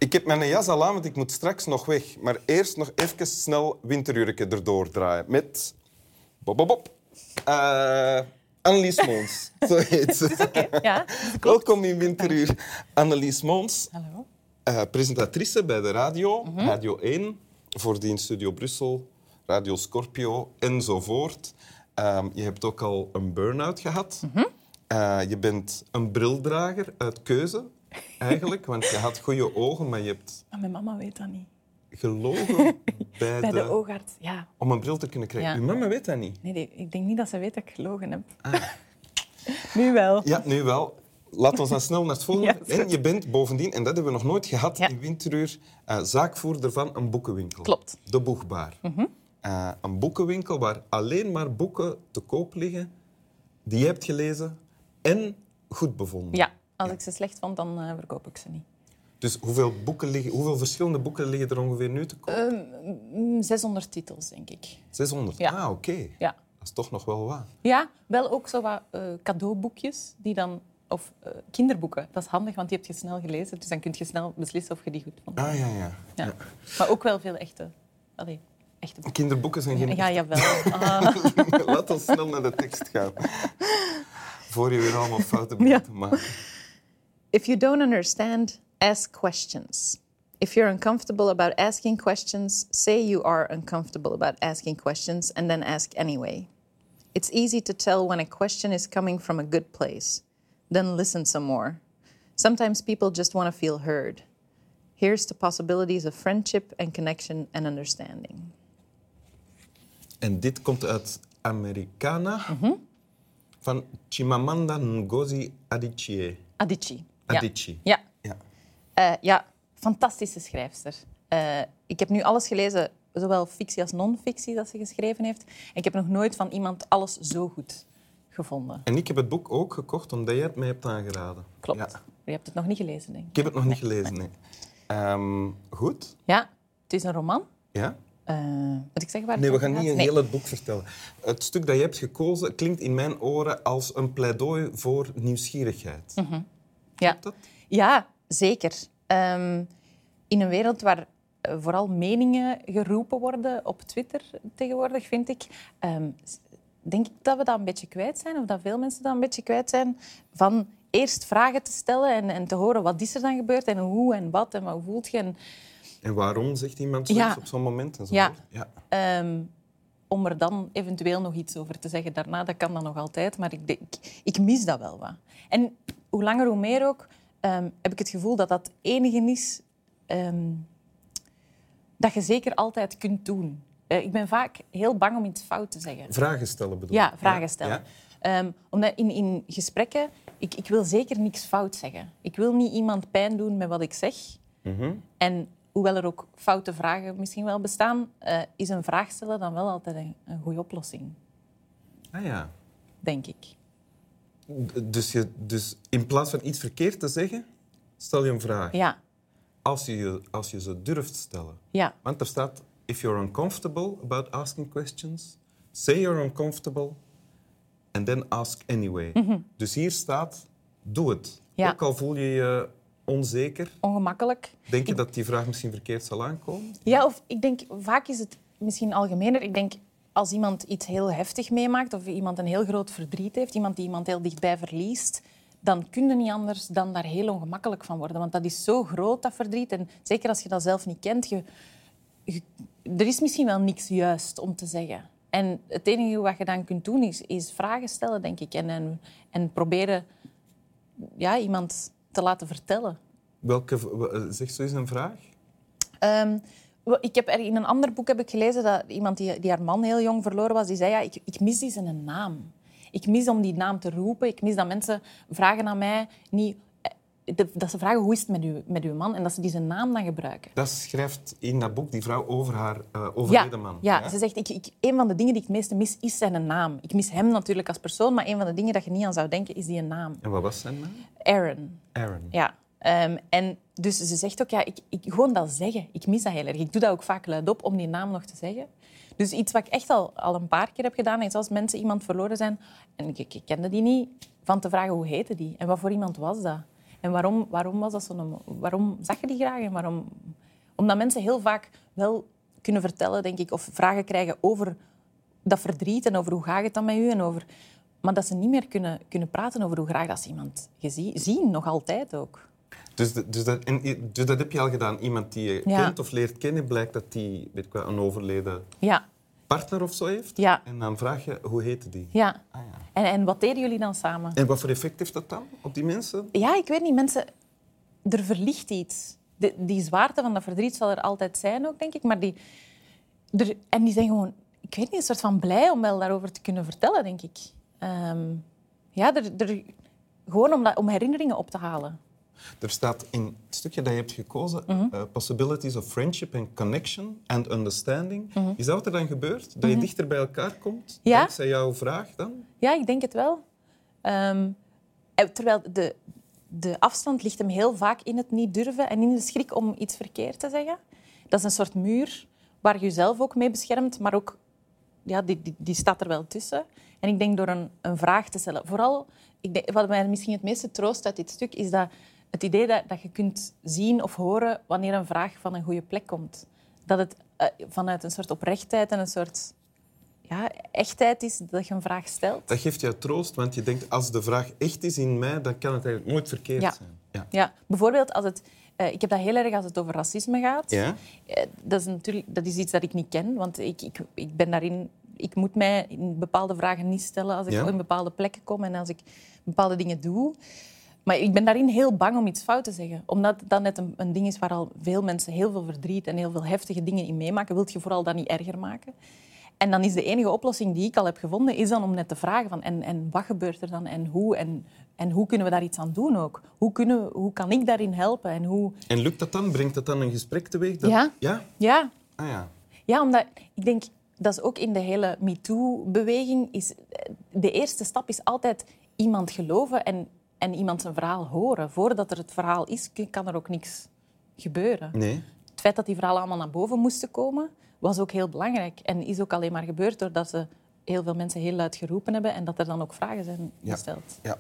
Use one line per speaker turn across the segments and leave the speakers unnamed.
Ik heb mijn jas al aan, want ik moet straks nog weg. Maar eerst nog even snel winterjurken erdoor draaien. Met... Bob. Annelies Moons. Zo heet ze.
Het is oké. Ja,
Welkom in Winteruur. Annelies Moons.
Hallo.
Presentatrice bij de radio. Radio 1. Voordien in Studio Brussel. Radio Scorpio. Enzovoort. Je hebt ook al een burn-out gehad. Je bent een brildrager uit keuze, eigenlijk. Want je had goede ogen, maar je hebt...
Maar mijn mama weet dat niet.
Gelogen
Bij de oogarts, ja.
om een bril te kunnen krijgen.
Ja.
Uw mama weet dat niet?
Nee, ik denk niet dat ze weet dat ik gelogen heb. Nu wel.
Ja, nu wel. Laten we dan snel naar het volgende.
Ja.
En je bent bovendien, en dat hebben we nog nooit gehad
Ja.
in Winteruur, zaakvoerder van een boekenwinkel.
Klopt.
De Boegbaar. Een boekenwinkel waar alleen maar boeken te koop liggen die je hebt gelezen en goed bevonden.
Ja, als ik ze slecht vond, dan verkoop ik ze niet.
Dus hoeveel verschillende boeken liggen er ongeveer nu te koop?
600 titels, denk ik.
600?
Ja.
Ah, oké.
Ja.
Dat is toch nog wel wat.
Ja, wel ook zo wat cadeauboekjes die dan... Of kinderboeken. Dat is handig, want die heb je snel gelezen. Dus dan kun je snel beslissen of je die goed vond.
Ah, ja.
Ja. Maar ook wel veel echte boeken.
Kinderboeken zijn geen...
Ja, jawel. Ah.
Laat ons snel naar de tekst gaan. Voor je weer allemaal fouten begint te maken.
If you don't understand, ask questions. If you're uncomfortable about asking questions, say you are uncomfortable about asking questions and then ask anyway. It's easy to tell when a question is coming from a good place. Then listen some more. Sometimes people just want to feel heard. Here's the possibilities of friendship and connection and understanding.
En dit komt uit Americana van Chimamanda Ngozi Adichie.
Adichie.
Adichie.
Ja.
Ja.
Ja, fantastische schrijfster. Ik heb nu alles gelezen, zowel fictie als non-fictie, dat ze geschreven heeft. En ik heb nog nooit van iemand alles zo goed gevonden.
En ik heb het boek ook gekocht omdat jij het mij hebt aangeraden.
Klopt.
Ja.
Je hebt het nog niet gelezen, denk ik.
Ik heb het nog niet gelezen, nee. Goed?
Ja, het is een roman.
Ja?
Moet ik zeggen waar het
Nee, we
over
gaan niet
gaat?
een heel het boek vertellen. Het stuk dat je hebt gekozen klinkt in mijn oren als een pleidooi voor nieuwsgierigheid.
Ja.
Klopt dat?
Ja, zeker. In een wereld waar vooral meningen geroepen worden op Twitter tegenwoordig, vind ik, denk ik dat we dat een beetje kwijt zijn, of dat veel mensen dat een beetje kwijt zijn, van eerst vragen te stellen en te horen wat is er dan gebeurd en hoe en wat en wat voelt je.
En waarom zegt iemand zoiets
Ja.
op zo'n moment? En zo
Ja.
Ja.
Om er dan eventueel nog iets over te zeggen daarna, dat kan dan nog altijd, maar ik mis dat wel wat. En hoe langer hoe meer ook, heb ik het gevoel dat dat het enige is dat je zeker altijd kunt doen. Ik ben vaak heel bang om iets fout te zeggen.
Vragen stellen bedoel je?
Ja, vragen stellen.
Ja?
Omdat in gesprekken, ik wil zeker niks fout zeggen. Ik wil niet iemand pijn doen met wat ik zeg. En hoewel er ook foute vragen misschien wel bestaan, is een vraag stellen dan wel altijd een goede oplossing,
Ah ja.
denk ik.
Dus in plaats van iets verkeerd te zeggen, stel je een vraag.
Ja,
Als je ze durft stellen.
ja.
Want er staat, if you're uncomfortable about asking questions, say you're uncomfortable and then ask anyway. Dus hier staat, doe het.
Ja.
Ook al voel je je onzeker,
Ongemakkelijk.
denk je dat die vraag misschien verkeerd zal aankomen?
Ja, of ik denk, vaak is het misschien algemener. Ik denk, als iemand iets heel heftig meemaakt of iemand een heel groot verdriet heeft, iemand die iemand heel dichtbij verliest, dan kun je niet anders dan daar heel ongemakkelijk van worden. Want dat is zo groot, dat verdriet. En zeker als je dat zelf niet kent, er is misschien wel niks juist om te zeggen. En het enige wat je dan kunt doen, is vragen stellen, denk ik. En proberen iemand te laten vertellen.
Zeg zo eens een vraag.
Ik heb in een ander boek heb ik gelezen dat iemand die haar man heel jong verloren was, die zei, ja, ik mis die zijn naam. Ik mis om die naam te roepen. Ik mis dat mensen vragen aan mij, niet, dat ze vragen hoe is het met uw man en dat ze die zijn naam dan gebruiken.
Dat schrijft in dat boek die vrouw over haar overleden man.
Ja, ze zegt, een van de dingen die ik het meeste mis, is zijn naam. Ik mis hem natuurlijk als persoon, maar een van de dingen dat je niet aan zou denken, is die naam.
En wat was zijn naam?
Aaron.
Aaron.
Ja. En dus ze zegt ook, gewoon dat zeggen. Ik mis dat heel erg. Ik doe dat ook vaak luidop om die naam nog te zeggen. Dus iets wat ik echt al een paar keer heb gedaan, is als mensen iemand verloren zijn, en ik kende die niet, van te vragen hoe heette die en wat voor iemand was dat. En waarom was dat zo? Waarom zag je die graag? En waarom? Omdat mensen heel vaak wel kunnen vertellen, denk ik, of vragen krijgen over dat verdriet en over hoe gaat het dan met u en over... Maar dat ze niet meer kunnen praten over hoe graag dat ze iemand zien, nog altijd ook.
Dus dat heb je al gedaan. Iemand die je kent of leert kennen, blijkt dat die een overleden partner of zo heeft.
Ja.
En dan vraag je, hoe heette die?
Ja.
Ah, ja.
En wat deden jullie dan samen?
En wat voor effect heeft dat dan op die mensen?
Ja, ik weet niet. Mensen... Er verlicht iets. Die zwaarte van dat verdriet zal er altijd zijn ook, denk ik. Maar die zijn gewoon... Ik weet niet, een soort van blij om wel daarover te kunnen vertellen, denk ik. Gewoon om herinneringen op te halen.
Er staat in het stukje dat je hebt gekozen... possibilities of friendship and connection and understanding. Is dat wat er dan gebeurt? Dat je dichter bij elkaar komt?
Ja.
Dankzij jouw vraag dan?
Ja, ik denk het wel. Terwijl de afstand ligt hem heel vaak in het niet durven en in de schrik om iets verkeerd te zeggen. Dat is een soort muur waar je jezelf ook mee beschermt, maar ook... Ja, die staat er wel tussen. En ik denk door een vraag te stellen... Vooral, wat mij misschien het meeste troost uit dit stuk, is dat het idee dat je kunt zien of horen wanneer een vraag van een goede plek komt. Dat het vanuit een soort oprechtheid en een soort echtheid is dat je een vraag stelt.
Dat geeft jou troost, want je denkt, als de vraag echt is in mij, dan kan het eigenlijk nooit verkeerd zijn.
Ja, bijvoorbeeld als het... ik heb dat heel erg als het over racisme gaat.
Ja?
Dat is iets dat ik niet ken, want ik ben daarin... Ik moet mij in bepaalde vragen niet stellen als ik in bepaalde plekken kom en als ik bepaalde dingen doe. Maar ik ben daarin heel bang om iets fout te zeggen. Omdat dat net een ding is waar al veel mensen heel veel verdriet en heel veel heftige dingen in meemaken. Wil je vooral dat niet erger maken. En dan is de enige oplossing die ik al heb gevonden, is dan om net te vragen van en wat gebeurt er dan en hoe? En hoe kunnen we daar iets aan doen ook? Hoe kan ik daarin helpen?
En lukt dat dan? Brengt dat dan een gesprek teweeg?
Ja.
Ja? Ah, ja.
Ja, omdat ik denk... Dat is ook in de hele MeToo-beweging. De eerste stap is altijd iemand geloven en iemand zijn verhaal horen. Voordat er het verhaal is, kan er ook niks gebeuren.
Nee.
Het feit dat die verhalen allemaal naar boven moesten komen, was ook heel belangrijk. En is ook alleen maar gebeurd doordat ze heel veel mensen heel luid geroepen hebben en dat er dan ook vragen zijn gesteld.
Ja.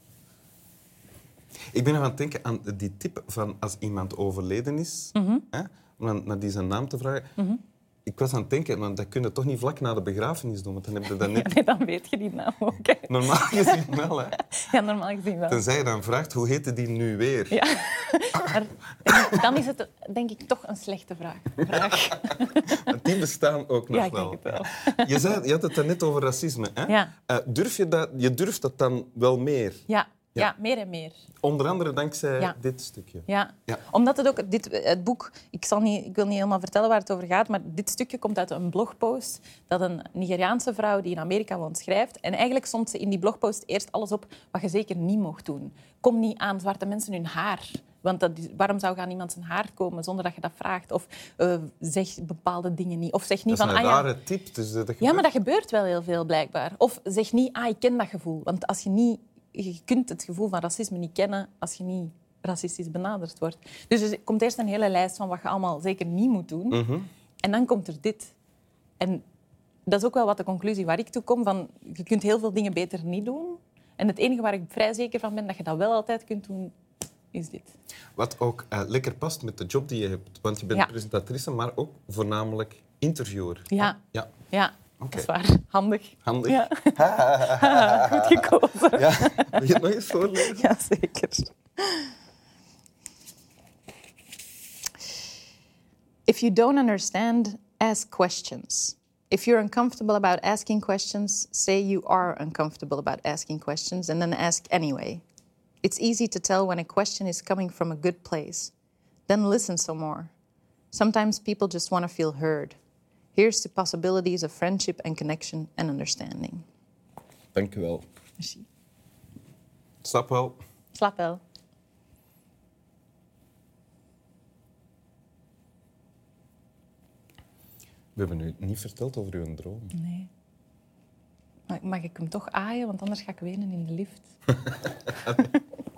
Ik ben nog aan het denken aan die tip van als iemand overleden is, om dan naar die zijn naam te vragen... Ik was aan het denken, maar dat kun je toch niet vlak na de begrafenis doen, want dan heb je dat net...
Ja, nee, dan weet je die naam ook. Hè.
Normaal gezien wel, hè.
Ja, normaal gezien wel.
Tenzij je dan vraagt, hoe heette die nu weer?
Ja, maar dan is het denk ik toch een slechte vraag.
Want die bestaan ook nog wel.
Ja, ik denk het wel.
Je had het net over racisme, hè?
Ja.
Je durft dat dan wel meer?
Ja, meer en meer.
Onder andere dankzij dit stukje.
Ja. Omdat het ook... Het boek... Ik wil niet helemaal vertellen waar het over gaat, maar dit stukje komt uit een blogpost dat een Nigeriaanse vrouw die in Amerika woont schrijft. En eigenlijk stond ze in die blogpost eerst alles op wat je zeker niet mocht doen. Kom niet aan zwarte mensen hun haar. Want waarom zou je aan iemand zijn haar komen zonder dat je dat vraagt? Of zeg bepaalde dingen niet. Of zeg niet
dat is
van...
een rare tip. Dus dat
ja, maar dat gebeurt wel heel veel, blijkbaar. Of zeg niet, ik ken dat gevoel. Want als je niet... Je kunt het gevoel van racisme niet kennen als je niet racistisch benaderd wordt. Dus er komt eerst een hele lijst van wat je allemaal zeker niet moet doen. En dan komt er dit. En dat is ook wel wat de conclusie waar ik toe kom. Van, je kunt heel veel dingen beter niet doen. En het enige waar ik vrij zeker van ben dat je dat wel altijd kunt doen, is dit.
Wat ook lekker past met de job die je hebt. Want je bent presentatrice, maar ook voornamelijk interviewer.
Ja. Dat is waar. Handig.
Ja.
Goed gekozen.
Ja. Wil je het nog eens voorlezen?
Ja, zeker.
If you don't understand, ask questions. If you're uncomfortable about asking questions, say you are uncomfortable about asking questions and then ask anyway. It's easy to tell when a question is coming from a good place. Then listen some more. Sometimes people just want to feel heard. Here's to possibilities of friendship and connection and understanding.
Dank u wel.
Merci.
Slaap wel.
Slaap wel.
We hebben u niet verteld over uw droom.
Nee. Maar mag ik hem toch aaien, want anders ga ik wenen in de lift.